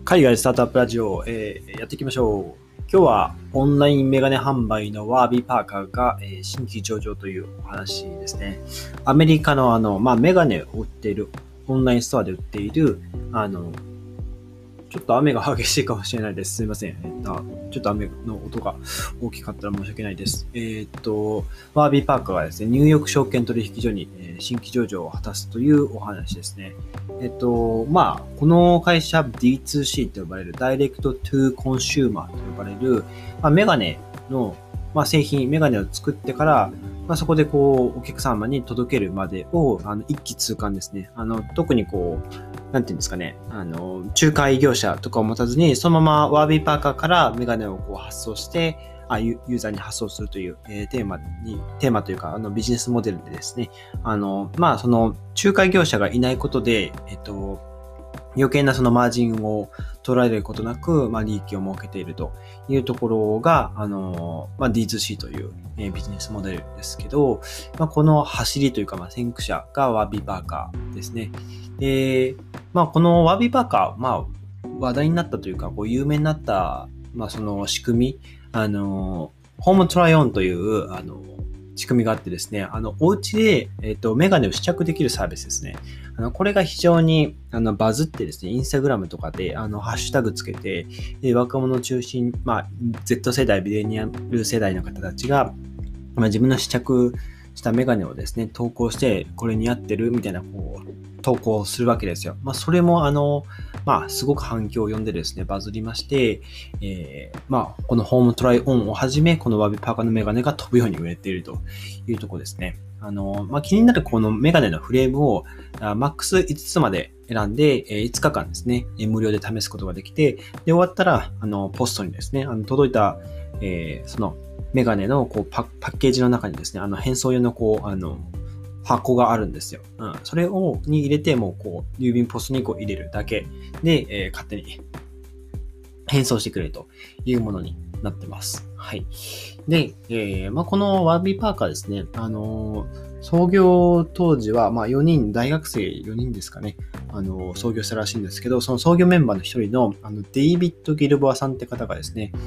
海外スタートアップラジオ、やっていきましょう。今日はオンラインメガネ販売のワービーパーカーが、新規上場というお話ですね。アメリカのメガネを売っている、オンラインストアで売っている、ちょっと雨が激しいかもしれないです。すいません。ちょっと雨の音が大きかったら申し訳ないです。ワービーパーカーがですね、ニューヨーク証券取引所に新規上場を果たすというお話ですね。この会社 D2C と呼ばれるダイレクトトゥーコンシューマーと呼ばれる、メガネの、製品、メガネを作ってから、そこでお客様に届けるまでを、一気通貫ですね。特になんていうんですかね、仲介業者とかを持たずに、そのままワービーパーカーからメガネを発送して、ユーザーに発送するという、テーマというか、ビジネスモデルでですね、その仲介業者がいないことで、余計なそのマージンを取られることなく、利益を設けているというところが、D2C という、ビジネスモデルですけど、この走りというか、先駆者がワービーパーカーですね。で、このワービーパーカー、話題になったというか、有名になった、その仕組み、ホームトライオンという、仕組みがあってですね、お家で、メガネを試着できるサービスですね。これが非常に、バズってですね、インスタグラムとかで、ハッシュタグつけて、若者を中心、Z 世代、ビレニアル世代の方たちが、自分の試着したメガネをですね、投稿して、これ似合ってるみたいな、投稿するわけですよ。それもすごく反響を呼んでですね、バズりまして、このホームトライオンをはじめ、このワービーパーカーのメガネが飛ぶように売れているというところですね。気になるこのメガネのフレームを、マックス5つまで選んで、5日間ですね、無料で試すことができて、で、終わったら、ポストにですね、届いた、そのメガネのパッケージの中にですね、変装用の箱があるんですよ。それに入れて、郵便ポストに入れるだけで、勝手に変装してくれるというものになってます。はい。で、このワービーパーカーですね、創業当時は、4人、大学生4人ですかね、創業したらしいんですけど、その創業メンバーの一人の、デイビッド・ギルボアさんって方がですね、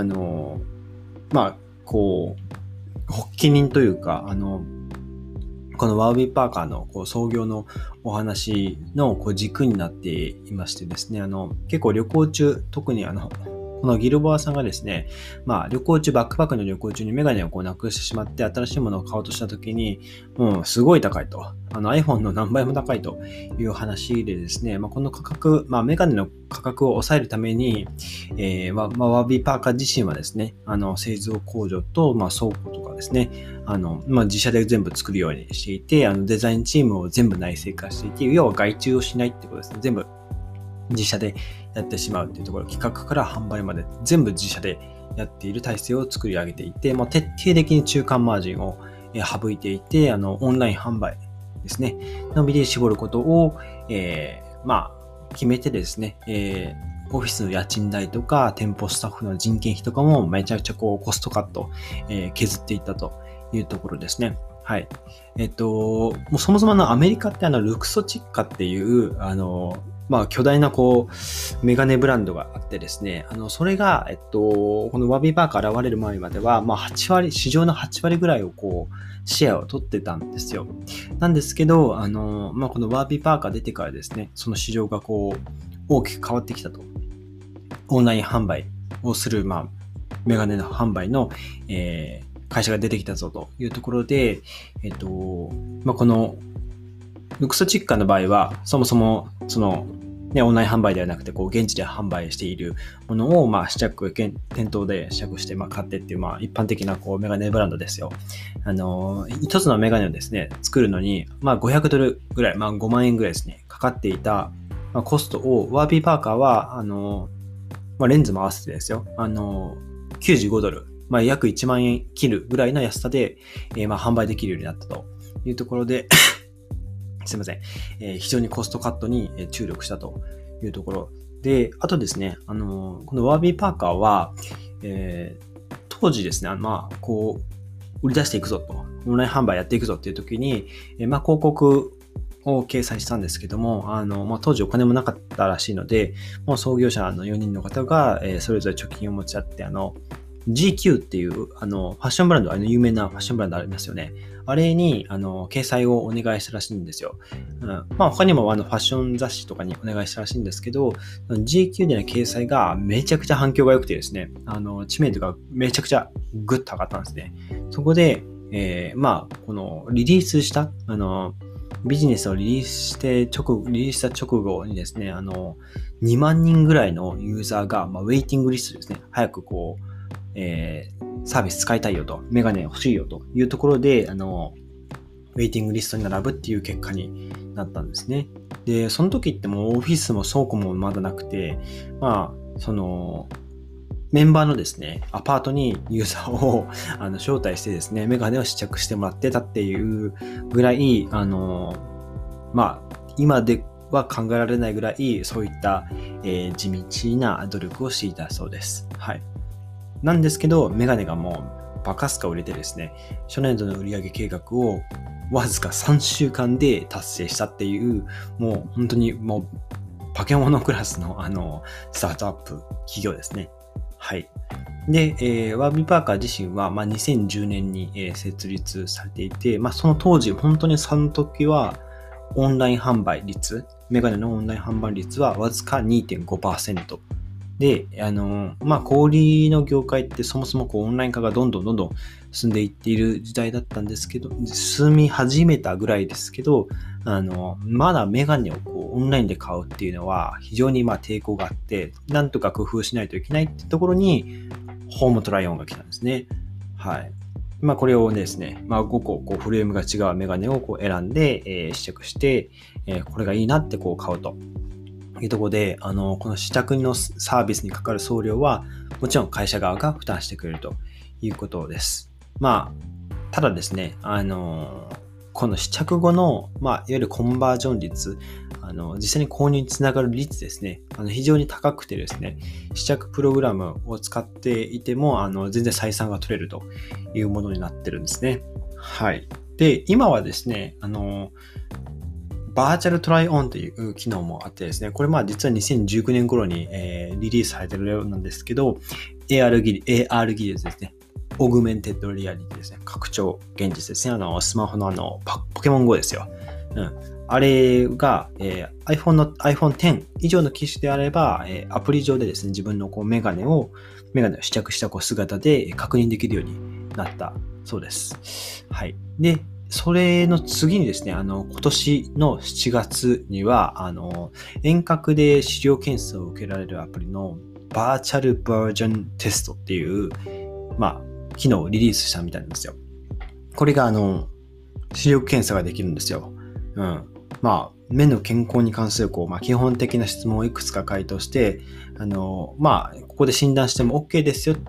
発起人というか、このワービーパーカーの創業のお話の軸になっていましてですね、結構旅行中、特にこのギルボアさんがですね、旅行中、バックパックの旅行中にメガネをなくしてしまって新しいものを買おうとしたときに、もうすごい高いと。iPhone の何倍も高いという話でですね、この価格、メガネの価格を抑えるために、ワービーパーカー自身はですね、製造工場と、倉庫とかですね、自社で全部作るようにしていて、デザインチームを全部内製化していて、要は外注をしないってことですね。全部自社でやってしまうというところ、企画から販売まで全部自社でやっている体制を作り上げていて、徹底的に中間マージンを省いていて、オンライン販売ですね、のみで絞ることを、決めてですね、オフィスの家賃代とか、店舗スタッフの人件費とかもめちゃくちゃコストカット、削っていったというところですね。はい。もうそもそもアメリカってルクソチッカっていう、巨大なメガネブランドがあってですね、それが、このワービーパーカー現れる前までは、8割、市場の8割ぐらいをシェアを取ってたんですよ。なんですけど、このワービーパーカー出てからですね、その市場が大きく変わってきたと。オンライン販売をする、メガネの販売の、会社が出てきたぞというところで、このルクソチッカの場合は、そもそも、オンライン販売ではなくて、現地で販売しているものを、試着、店頭で試着して、買ってっていう、一般的な、メガネブランドですよ。一つのメガネをですね、作るのに、$500ぐらい、5万円ぐらいですね、かかっていた、コストを、ワービーパーカーは、レンズも合わせてですよ、$95、約1万円切るぐらいの安さで、販売できるようになったというところで、すいません。非常にコストカットに注力したというところで、あとですね、このワービーパーカーは、当時ですね、売り出していくぞと、オンライン販売やっていくぞっていう時に、広告を掲載したんですけども、当時お金もなかったらしいので、もう創業者の4人の方が、それぞれ貯金を持ち合って、GQ っていう、ファッションブランド、有名なファッションブランドありますよね。あれに、掲載をお願いしたらしいんですよ。他にも、ファッション雑誌とかにお願いしたらしいんですけど、GQ での掲載がめちゃくちゃ反響が良くてですね、知名度がめちゃくちゃグッと上がったんですね。そこで、このリリースした、ビジネスをリリースした直後にですね、2万人ぐらいのユーザーが、ウェイティングリストですね、早くサービス使いたいよと、メガネ欲しいよというところで、ウェイティングリストに並ぶっていう結果になったんですね。で、その時ってもうオフィスも倉庫もまだなくて、メンバーのですね、アパートにユーザーを招待してですね、メガネを試着してもらってたっていうぐらい、今では考えられないぐらい、そういった、地道な努力をしていたそうです。はい。なんですけど、メガネがもうバカスカ売れてですね、初年度の売上計画をわずか3週間で達成したっていう、もう本当にもう化け物クラスのスタートアップ企業ですね。はい。で、ワービーパーカー自身は、2010年に、設立されていて、その当時、本当にその時は、オンライン販売率、メガネのオンライン販売率はわずか 2.5%。で、小売の業界ってそもそもオンライン化がどんどん進んでいっている時代だったんですけど、進み始めたぐらいですけど、まだメガネをオンラインで買うっていうのは非常に抵抗があって、なんとか工夫しないといけないってところに、ホームトライオンが来たんですね。はい。これをですね、5個フレームが違うメガネを選んで、試着して、これがいいなって買うと。いうところで、この試着のサービスにかかる送料は、もちろん会社側が負担してくれるということです。ただですね、この試着後の、いわゆるコンバージョン率、実際に購入につながる率ですね、非常に高くてですね、試着プログラムを使っていても、全然採算が取れるというものになってるんですね。はい。で、今はですね、バーチャルトライオンという機能もあってですね、これ実は2019年頃に、リリースされてるようなんですけど、AR 技術ですね。オグメンテッドリアリティですね。拡張現実ですね。スマホのポケモン GO ですよ。あれが、iPhone 10以上の機種であれば、アプリ上でですね、自分のメガネを試着した姿で確認できるようになったそうです。はい。で、それの次にですね、今年の7月には、遠隔で視力検査を受けられるアプリのバーチャルバージョンテストっていう、機能をリリースしたみたいなんですよ。これが、視力検査ができるんですよ。目の健康に関する基本的な質問をいくつか回答して、ここで診断しても OK ですよって、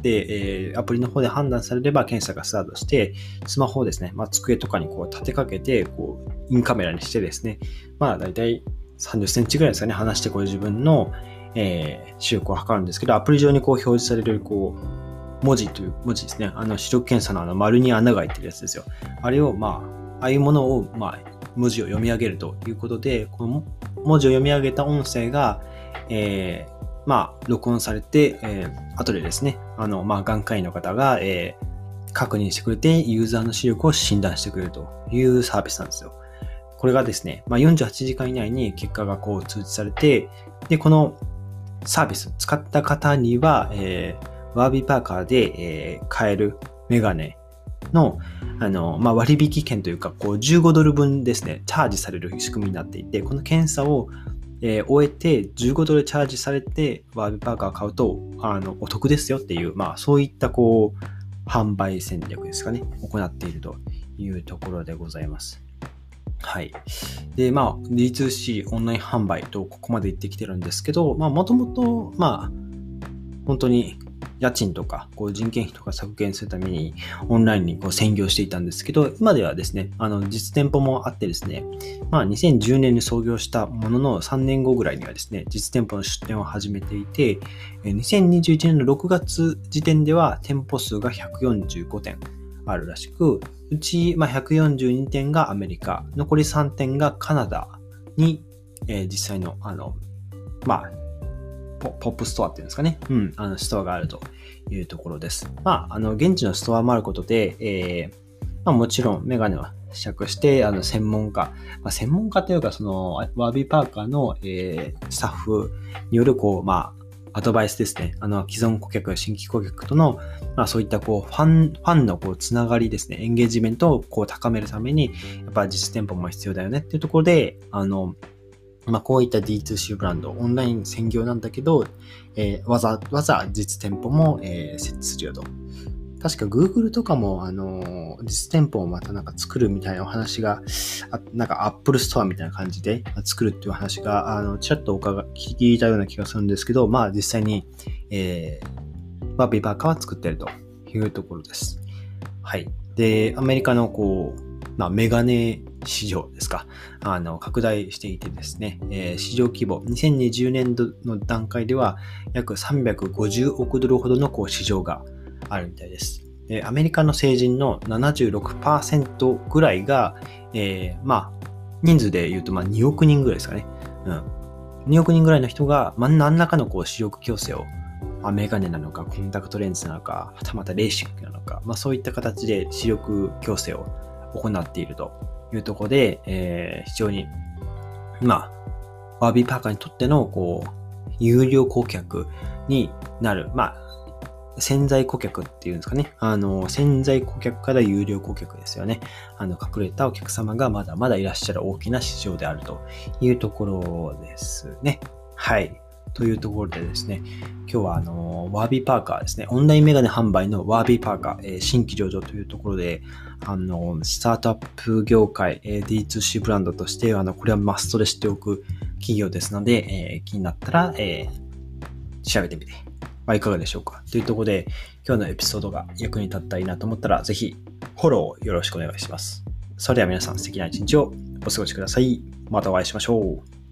アプリの方で判断されれば検査がスタートして、スマホをですね、机とかに立てかけて、インカメラにしてですね、だいたい30センチぐらいですかね、離して自分の、視力を測るんですけど、アプリ上に表示される文字ですね、視力検査の丸に穴が開いてるやつですよ。あれをああいうものを文字を読み上げるということで、この文字を読み上げた音声が、録音されて、後でですね、眼科医の方が、確認してくれて、ユーザーの視力を診断してくれるというサービスなんですよ。これがですね、48時間以内に結果が通知されて、で、このサービス使った方には、ワービーパーカーで、買えるメガネの、割引券というか、15ドル分ですね、チャージされる仕組みになっていて、この検査を、終えて15ドルチャージされて、ワービーパーカー買うと、お得ですよっていう、そういった販売戦略ですかね、行っているというところでございます。はい。で、D2C オンライン販売とここまで言ってきてるんですけど、もともと、本当に家賃とか人件費とか削減するためにオンラインに専業していたんですけど、今ではですね、実店舗もあってですね、2010年に創業したものの3年後ぐらいにはですね、実店舗の出店を始めていて、2021年の6月時点では店舗数が145店あるらしく、うち、142店がアメリカ、残り3店がカナダに、実際の、ポップストアっていうんですかね。ストアがあるというところです。現地のストアもあることで、もちろんメガネを試着して、専門家というか、その、ワービーパーカーの、スタッフによる、アドバイスですね。既存顧客、新規顧客との、そういった、ファンの、つながりですね。エンゲージメントを、高めるために、やっぱ実店舗も必要だよねっていうところで、こういった D2C ブランド、オンライン専業なんだけど、わざわざ実店舗も、設置するよと。確か Google とかも、実店舗をまた作るみたいなお話が、Apple Store みたいな感じで作るっていう話が、ちらっと聞いたような気がするんですけど、実際に、ワービーパーカーは作っているというところです。はい。で、アメリカのメガネ市場ですか。拡大していてですね、市場規模、2020年度の段階では約350億ドルほどの市場があるみたいです。アメリカの成人の 76% ぐらいが、人数で言うと2億人ぐらいですかね。2億人ぐらいの人が何らかの視力矯正を、メガネなのか、コンタクトレンズなのか、はたまたレーシックなのか、そういった形で視力矯正を行っているというところで、非常に、ワービーパーカーにとっての、有料顧客になる、潜在顧客っていうんですかね。潜在顧客から有料顧客ですよね。隠れたお客様がまだまだいらっしゃる大きな市場であるというところですね。はい。というところでですね、今日はワービーパーカーですね、オンラインメガネ販売のワービーパーカー、新規上場というところで、スタートアップ業界、D2C ブランドとして、これはマストで知っておく企業ですので、気になったら、調べてみていかがでしょうかというところで、今日のエピソードが役に立ったらいいなと思ったら、ぜひフォローよろしくお願いします。それでは皆さん素敵な一日をお過ごしください。またお会いしましょう。